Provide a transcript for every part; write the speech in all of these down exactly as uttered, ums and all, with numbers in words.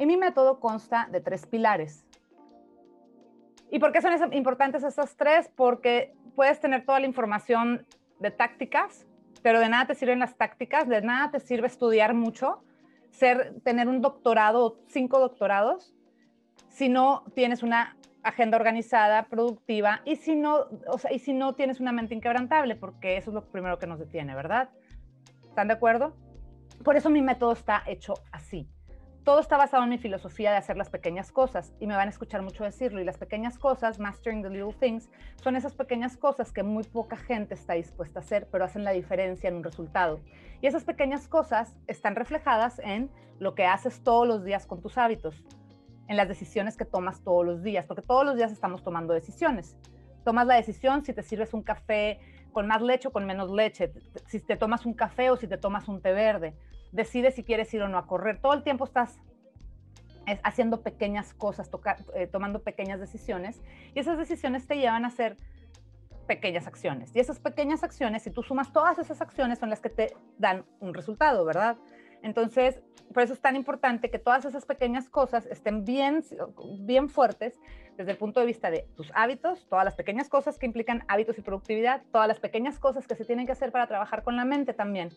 mi método consta de tres pilares. ¿Y por qué son importantes estos tres? Porque puedes tener toda la información de tácticas, pero de nada te sirven las tácticas, de nada te sirve estudiar mucho, ser, tener un doctorado, cinco doctorados, si no tienes una agenda organizada, productiva, y si no, o sea, y si no tienes una mente inquebrantable, porque eso es lo primero que nos detiene, ¿verdad? ¿Están de acuerdo? Por eso mi método está hecho así. Todo está basado en mi filosofía de hacer las pequeñas cosas, y me van a escuchar mucho decirlo, y las pequeñas cosas, mastering the little things, son esas pequeñas cosas que muy poca gente está dispuesta a hacer, pero hacen la diferencia en un resultado. Y esas pequeñas cosas están reflejadas en lo que haces todos los días con tus hábitos, en las decisiones que tomas todos los días, porque todos los días estamos tomando decisiones. Tomas la decisión si te sirves un café con más leche o con menos leche, si te tomas un café o si te tomas un té verde, decides si quieres ir o no a correr. Todo el tiempo estás haciendo pequeñas cosas, toca, eh, tomando pequeñas decisiones, y esas decisiones te llevan a hacer pequeñas acciones. Y esas pequeñas acciones, si tú sumas todas esas acciones, son las que te dan un resultado, ¿verdad? Entonces, por eso es tan importante que todas esas pequeñas cosas estén bien, bien fuertes desde el punto de vista de tus hábitos, todas las pequeñas cosas que implican hábitos y productividad, todas las pequeñas cosas que se tienen que hacer para trabajar con la mente también.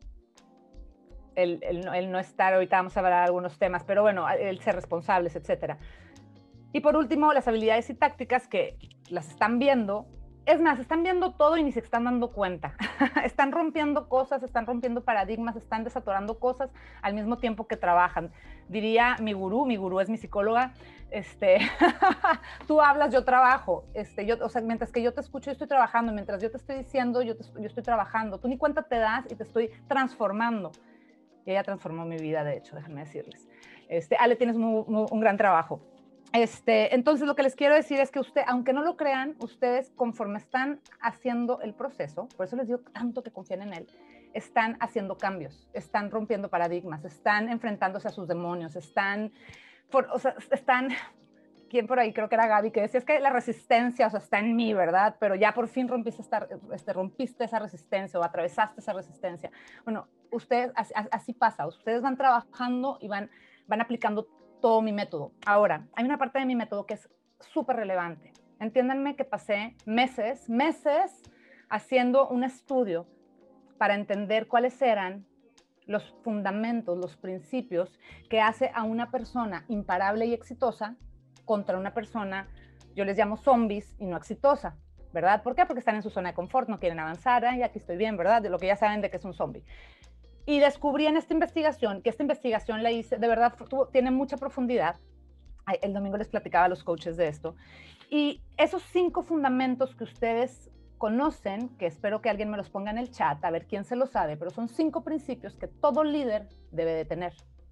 El, el, el no estar, ahorita vamos a hablar de algunos temas, pero bueno, el ser responsables, etcétera. Y por último, las habilidades y tácticas que las están viendo. Es más, están viendo todo y ni se están dando cuenta. Están rompiendo cosas, están rompiendo paradigmas, están desatorando cosas al mismo tiempo que trabajan. Diría mi gurú, mi gurú es mi psicóloga, este, tú hablas, yo trabajo. Este, yo, o sea, mientras que yo te escucho, yo estoy trabajando. Mientras yo te estoy diciendo, yo, te, yo estoy trabajando. Tú ni cuenta te das y te estoy transformando. Y ella transformó mi vida, de hecho, déjenme decirles. Este, Ale, tienes muy, muy, un gran trabajo. Este, entonces, lo que les quiero decir es que usted, aunque no lo crean, ustedes conforme están haciendo el proceso, por eso les digo tanto que confíen en él, están haciendo cambios, están rompiendo paradigmas, están enfrentándose a sus demonios, están, por, o sea, están, ¿quién por ahí? Creo que era Gaby, que decía, es que la resistencia, o sea, está en mí, ¿verdad? Pero ya por fin rompiste, esta, este, rompiste esa resistencia o atravesaste esa resistencia. Bueno, ustedes, así, así pasa, ustedes van trabajando y van, van aplicando todo mi método. Ahora, hay una parte de mi método que es súper relevante. Entiéndanme que pasé meses, meses haciendo un estudio para entender cuáles eran los fundamentos, los principios que hace a una persona imparable y exitosa contra una persona, yo les llamo zombies y no exitosa, ¿verdad? ¿Por qué? Porque están en su zona de confort, no quieren avanzar, y aquí estoy bien, ¿verdad? De lo que ya saben de que es un zombie. Y descubrí en esta investigación, que esta investigación la hice, de verdad, tuvo, tiene mucha profundidad. El domingo les platicaba a los coaches de esto. Y esos cinco fundamentos que ustedes conocen, que espero que alguien me los ponga en el chat, a ver quién se lo sabe, pero son cinco principios que todo líder debe de tener.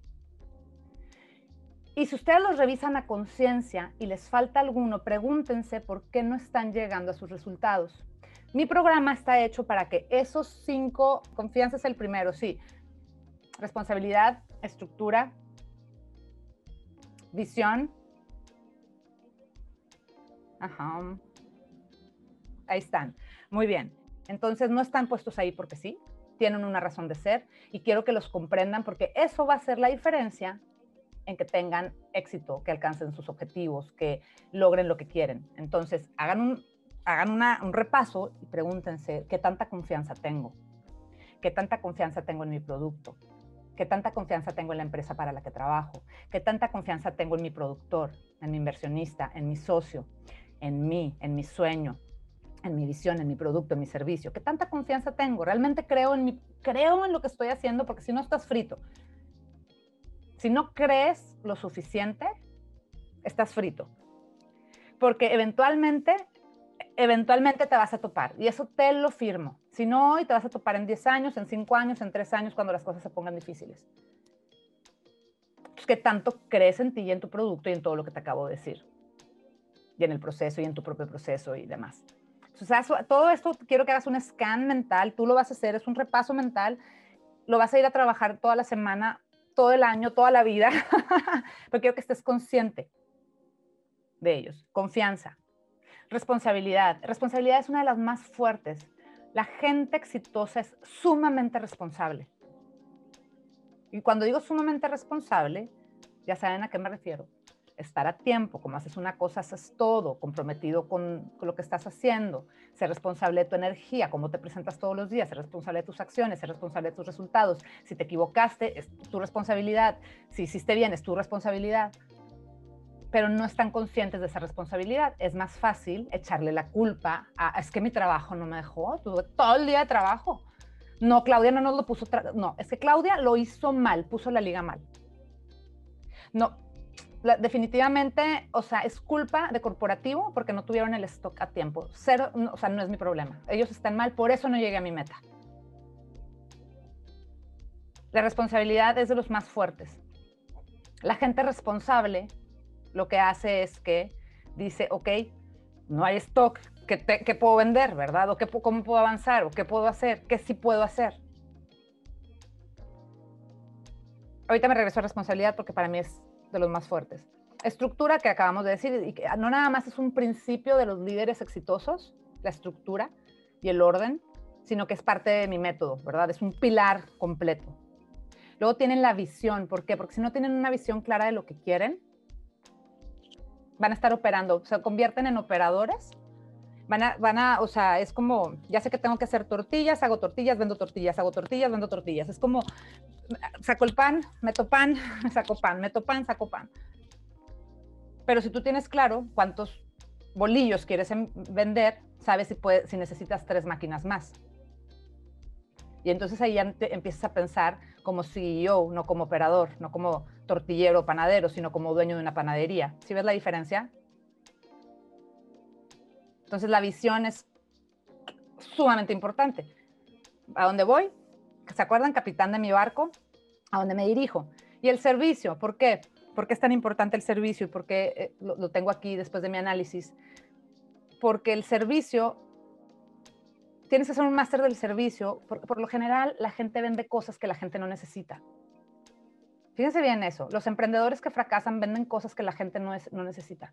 Y si ustedes los revisan a conciencia y les falta alguno, pregúntense por qué no están llegando a sus resultados. Mi programa está hecho para que esos cinco, confianza es el primero, sí, responsabilidad, estructura, visión, ajá, ahí están, muy bien. Entonces no están puestos ahí porque sí, tienen una razón de ser y quiero que los comprendan porque eso va a hacer la diferencia en que tengan éxito, que alcancen sus objetivos, que logren lo que quieren. Entonces hagan un hagan una, un repaso y pregúntense qué tanta confianza tengo, qué tanta confianza tengo en mi producto, qué tanta confianza tengo en la empresa para la que trabajo, qué tanta confianza tengo en mi productor, en mi inversionista, en mi socio, en mí, en mi sueño, en mi visión, en mi producto, en mi servicio, qué tanta confianza tengo, realmente creo en, mi, creo en lo que estoy haciendo, porque si no estás frito. Si no crees lo suficiente, estás frito. Porque eventualmente eventualmente te vas a topar y eso te lo firmo. Si no hoy, te vas a topar en diez años, en cinco años, en tres años, cuando las cosas se pongan difíciles. Pues, ¿qué tanto crees en ti y en tu producto y en todo lo que te acabo de decir? Y en el proceso y en tu propio proceso y demás. O sea, todo esto quiero que hagas un scan mental, tú lo vas a hacer, es un repaso mental, lo vas a ir a trabajar toda la semana, todo el año, toda la vida, pero quiero que estés consciente de ellos. Confianza. Responsabilidad. Responsabilidad es una de las más fuertes. La gente exitosa es sumamente responsable. Y cuando digo sumamente responsable, Ya saben a qué me refiero. Estar a tiempo, como haces una cosa, haces todo, comprometido con, con lo que estás haciendo, ser responsable de tu energía, cómo te presentas todos los días, ser responsable de tus acciones, ser responsable de tus resultados. Si te equivocaste, es tu responsabilidad. Si hiciste bien, es tu responsabilidad. Pero no están conscientes de esa responsabilidad. Es más fácil echarle la culpa a, es que mi trabajo no me dejó, tuve todo el día de trabajo. No, Claudia no nos lo puso, no, es que Claudia lo hizo mal, puso la liga mal. No, la, definitivamente, o sea, es culpa de corporativo porque no tuvieron el stock a tiempo. Cero, no, o sea, no es mi problema. Ellos están mal, por eso no llegué a mi meta. La responsabilidad es de los más fuertes. La gente responsable lo que hace es que dice, ok, no hay stock, ¿qué, te, qué puedo vender, verdad? ¿O qué, cómo puedo avanzar? ¿O qué puedo hacer? ¿Qué sí puedo hacer? Ahorita me regreso a responsabilidad porque para mí es de los más fuertes. Estructura, que acabamos de decir, y que no nada más es un principio de los líderes exitosos, la estructura y el orden, sino que es parte de mi método, ¿verdad? Es un pilar completo. Luego tienen la visión. ¿Por qué? Porque si no tienen una visión clara de lo que quieren, van a estar operando, se convierten en operadores, van a, van a, o sea, es como, ya sé que tengo que hacer tortillas, hago tortillas, vendo tortillas, hago tortillas, vendo tortillas. Es como, saco el pan, meto pan, saco pan, meto pan, saco pan. Pero si tú tienes claro cuántos bolillos quieres vender, sabes si, puede, si necesitas tres máquinas más. Y entonces ahí ya te empiezas a pensar como C E O, no como operador, no como tortillero o panadero, sino como dueño de una panadería. ¿Sí ves la diferencia? Entonces la visión es sumamente importante. ¿A dónde voy? ¿Se acuerdan? Capitán de mi barco. ¿A dónde me dirijo? Y el servicio, ¿por qué? ¿Por qué es tan importante el servicio? ¿Y por qué eh, lo, lo tengo aquí después de mi análisis? Porque el servicio, tienes que ser un máster del servicio. Por, por lo general, la gente vende cosas que la gente no necesita. Fíjense bien eso. Los emprendedores que fracasan venden cosas que la gente no, es, no necesita.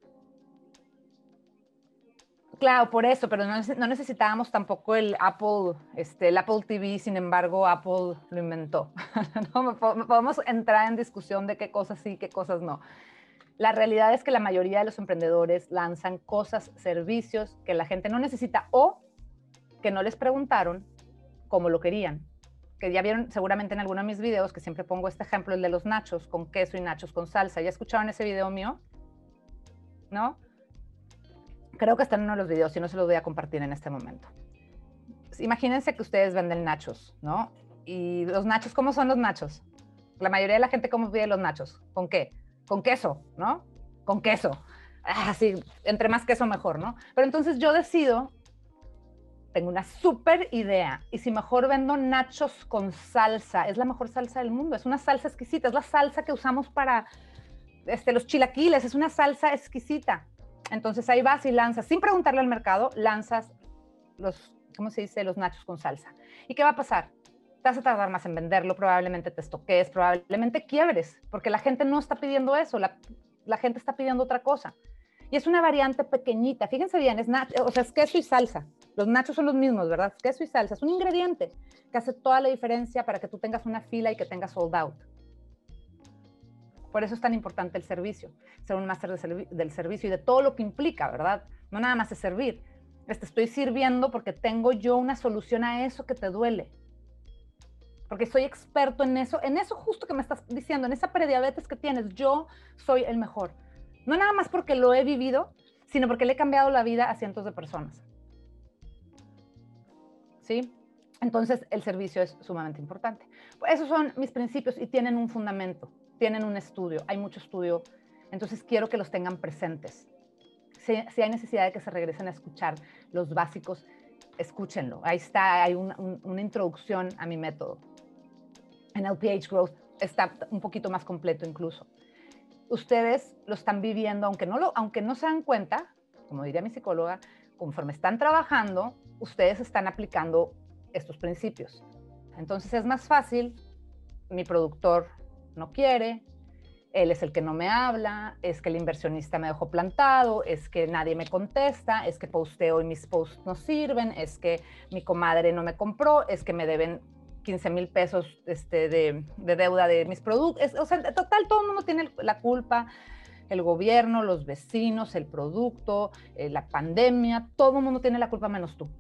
Claro, por eso, pero no, no necesitábamos tampoco el Apple, este, el Apple T V, sin embargo, Apple lo inventó. ¿No? Podemos entrar en discusión de qué cosas sí, qué cosas no. La realidad es que la mayoría de los emprendedores lanzan cosas, servicios que la gente no necesita o que no les preguntaron cómo lo querían. Que ya vieron seguramente en alguno de mis videos, que siempre pongo este ejemplo, el de los nachos con queso y nachos con salsa. ¿Ya escucharon ese video mío? ¿No? Creo que está en uno de los videos y no se los voy a compartir en este momento. Imagínense que ustedes venden nachos, ¿no? Y los nachos, ¿cómo son los nachos? La mayoría de la gente, ¿cómo pide los nachos? ¿Con qué? Con queso, ¿no? Con queso. Ah, sí, entre más queso mejor, ¿no? Pero entonces yo decido, tengo una súper idea, y si mejor vendo nachos con salsa, es la mejor salsa del mundo, es una salsa exquisita, es la salsa que usamos para este, los chilaquiles, es una salsa exquisita. Entonces ahí vas y lanzas, sin preguntarle al mercado, lanzas los, ¿cómo se dice? Los nachos con salsa. ¿Y qué va a pasar? Te vas a tardar más en venderlo, probablemente te estoques, probablemente quiebres, porque la gente no está pidiendo eso, la, la gente está pidiendo otra cosa. Y es una variante pequeñita, fíjense bien, es, o sea, es queso y salsa. Los nachos son los mismos, ¿verdad? Es queso y salsa, es un ingrediente que hace toda la diferencia para que tú tengas una fila y que tengas sold out. Por eso es tan importante el servicio, ser un máster de servi del servicio y de todo lo que implica, ¿verdad? No nada más es servir. Te estoy sirviendo porque tengo yo una solución a eso que te duele. Porque soy experto en eso, en eso justo que me estás diciendo, en esa prediabetes que tienes, yo soy el mejor. No nada más porque lo he vivido, sino porque le he cambiado la vida a cientos de personas. ¿Sí? Entonces, el servicio es sumamente importante. Pues esos son mis principios y tienen un fundamento. Tienen un estudio, hay mucho estudio, entonces quiero que los tengan presentes. Si, si hay necesidad de que se regresen a escuchar los básicos, escúchenlo. Ahí está, hay un, un, una introducción a mi método. En L P H Growth está un poquito más completo incluso. Ustedes lo están viviendo, aunque no, lo, aunque no se dan cuenta, como diría mi psicóloga, conforme están trabajando, ustedes están aplicando estos principios. Entonces es más fácil, mi productor no quiere, él es el que no me habla, es que el inversionista me dejó plantado, es que nadie me contesta, es que posteo y mis posts no sirven, es que mi comadre no me compró, es que me deben quince mil pesos este, de, de deuda de mis productos. O sea, en total, todo el mundo tiene la culpa. El gobierno, los vecinos, el producto, eh, la pandemia, todo el mundo tiene la culpa menos tú.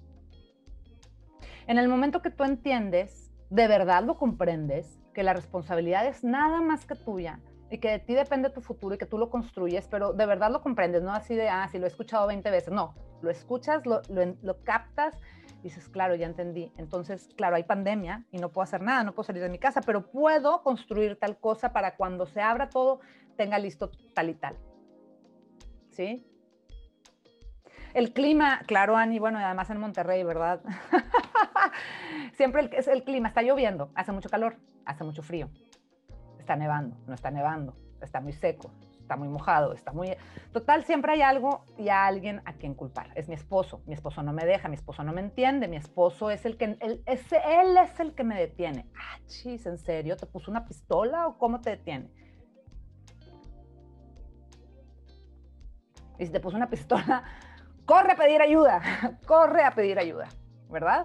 En el momento que tú entiendes, de verdad lo comprendes, que la responsabilidad es nada más que tuya y que de ti depende tu futuro y que tú lo construyes, pero de verdad lo comprendes, no así de, ah, si lo he escuchado veinte veces, no, lo escuchas, lo, lo, lo captas, y dices, claro, ya entendí. Entonces, claro, hay pandemia y no puedo hacer nada, no puedo salir de mi casa, pero puedo construir tal cosa para cuando se abra todo, tenga listo tal y tal. ¿Sí? El clima, claro, Ani, bueno, y además en Monterrey, ¿verdad? Siempre el, es el clima, está lloviendo, hace mucho calor, hace mucho frío, está nevando, no está nevando, está muy seco, está muy mojado, está muy... Total, siempre hay algo y a alguien a quien culpar. Es mi esposo, mi esposo no me deja, mi esposo no me entiende, mi esposo es el que... Él es, él es el que me detiene. Ah, chis, ¿en serio? ¿Te puso una pistola o cómo te detiene? Y si te puso una pistola, corre a pedir ayuda, corre a pedir ayuda, ¿verdad?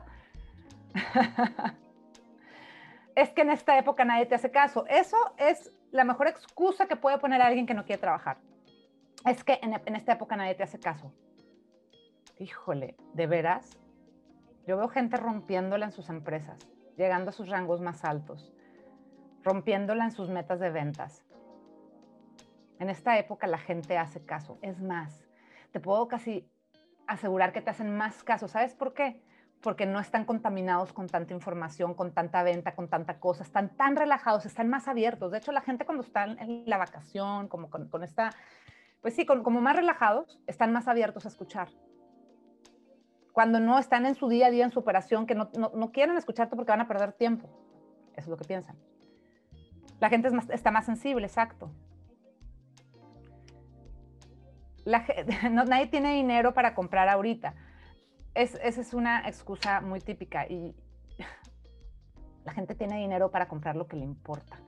Es que en esta época nadie te hace caso. Eso es la mejor excusa que puede poner alguien que no quiere trabajar. Es que en, en esta época nadie te hace caso. Híjole, ¿de veras? Yo veo gente rompiéndola en sus empresas, llegando a sus rangos más altos, rompiéndola en sus metas de ventas. En esta época la gente hace caso. Es más, te puedo casi asegurar que te hacen más caso. ¿Sabes por qué? Porque no están contaminados con tanta información, con tanta venta, con tanta cosa. Están tan relajados, están más abiertos. De hecho, la gente cuando están en la vacación, como con, con esta, pues sí, con, como más relajados, están más abiertos a escuchar. Cuando no están en su día a día, en su operación, que no, no, no quieren escucharte porque van a perder tiempo. Eso es lo que piensan. La gente es más, está más sensible, exacto. La, no, nadie tiene dinero para comprar ahorita. Es, esa es una excusa muy típica y la gente tiene dinero para comprar lo que le importa,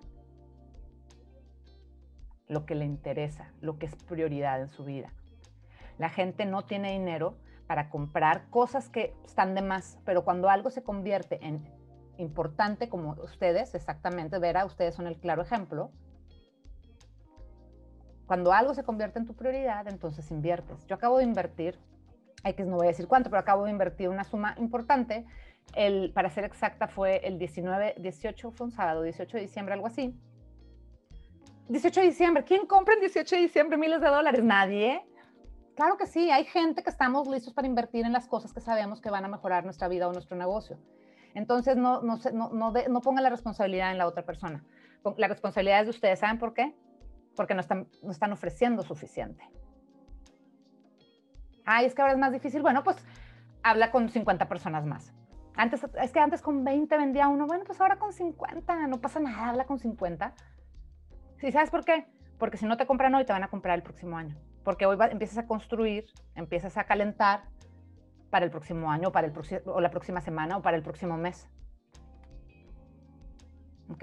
lo que le interesa, lo que es prioridad en su vida. La gente no tiene dinero para comprar cosas que están de más, pero cuando algo se convierte en importante, como ustedes, exactamente, Vera, ustedes son el claro ejemplo. Cuando algo se convierte en tu prioridad, entonces inviertes. Yo acabo de invertir, X no voy a decir cuánto, pero acabo de invertir una suma importante. El, para ser exacta, fue el diecinueve, dieciocho, fue un sábado, dieciocho de diciembre, algo así. dieciocho de diciembre, ¿quién compra en dieciocho de diciembre miles de dólares? Nadie. Claro que sí, hay gente que estamos listos para invertir en las cosas que sabemos que van a mejorar nuestra vida o nuestro negocio. Entonces, no, no, no, no, de, no pongan la responsabilidad en la otra persona. La responsabilidad es de ustedes. ¿Saben por qué? Porque no están, no están ofreciendo suficiente. Ay, es que ahora es más difícil. Bueno, pues habla con cincuenta personas más. Antes, es que antes con veinte vendía uno. Bueno, pues ahora con cincuenta, no pasa nada, habla con cincuenta. ¿Sí sabes por qué? Porque si no te compran hoy, te van a comprar el próximo año. Porque hoy va, empiezas a construir, empiezas a calentar para el próximo año, para el o la próxima semana, o para el próximo mes. ¿Ok?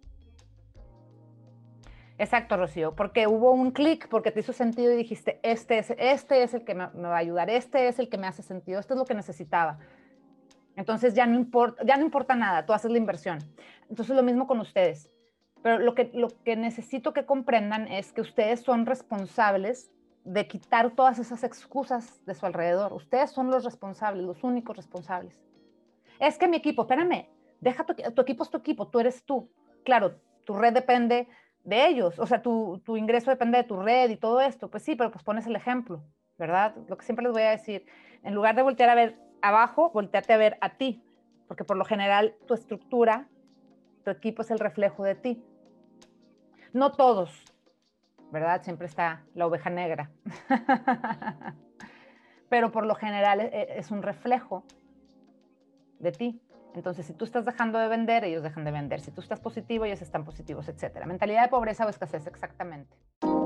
Exacto, Rocío, porque hubo un clic, porque te hizo sentido y dijiste, este es, este es el que me, me va a ayudar, este es el que me hace sentido, esto es lo que necesitaba. Entonces ya no importa, ya no importa nada, tú haces la inversión. Entonces lo mismo con ustedes. Pero lo que, lo que necesito que comprendan es que ustedes son responsables de quitar todas esas excusas de su alrededor. Ustedes son los responsables, los únicos responsables. Es que mi equipo, espérame, deja tu, tu equipo es tu equipo, tú eres tú. Claro, tu red depende de ellos, o sea, tu, tu ingreso depende de tu red y todo esto. Pues sí, pero pues pones el ejemplo, ¿verdad? Lo que siempre les voy a decir, en lugar de voltear a ver abajo, volteate a ver a ti, porque por lo general tu estructura, tu equipo es el reflejo de ti. No todos, ¿verdad? Siempre está la oveja negra. Pero por lo general es un reflejo de ti. Entonces, si tú estás dejando de vender, ellos dejan de vender. Si tú estás positivo, ellos están positivos, etcétera. Mentalidad de pobreza o escasez, exactamente.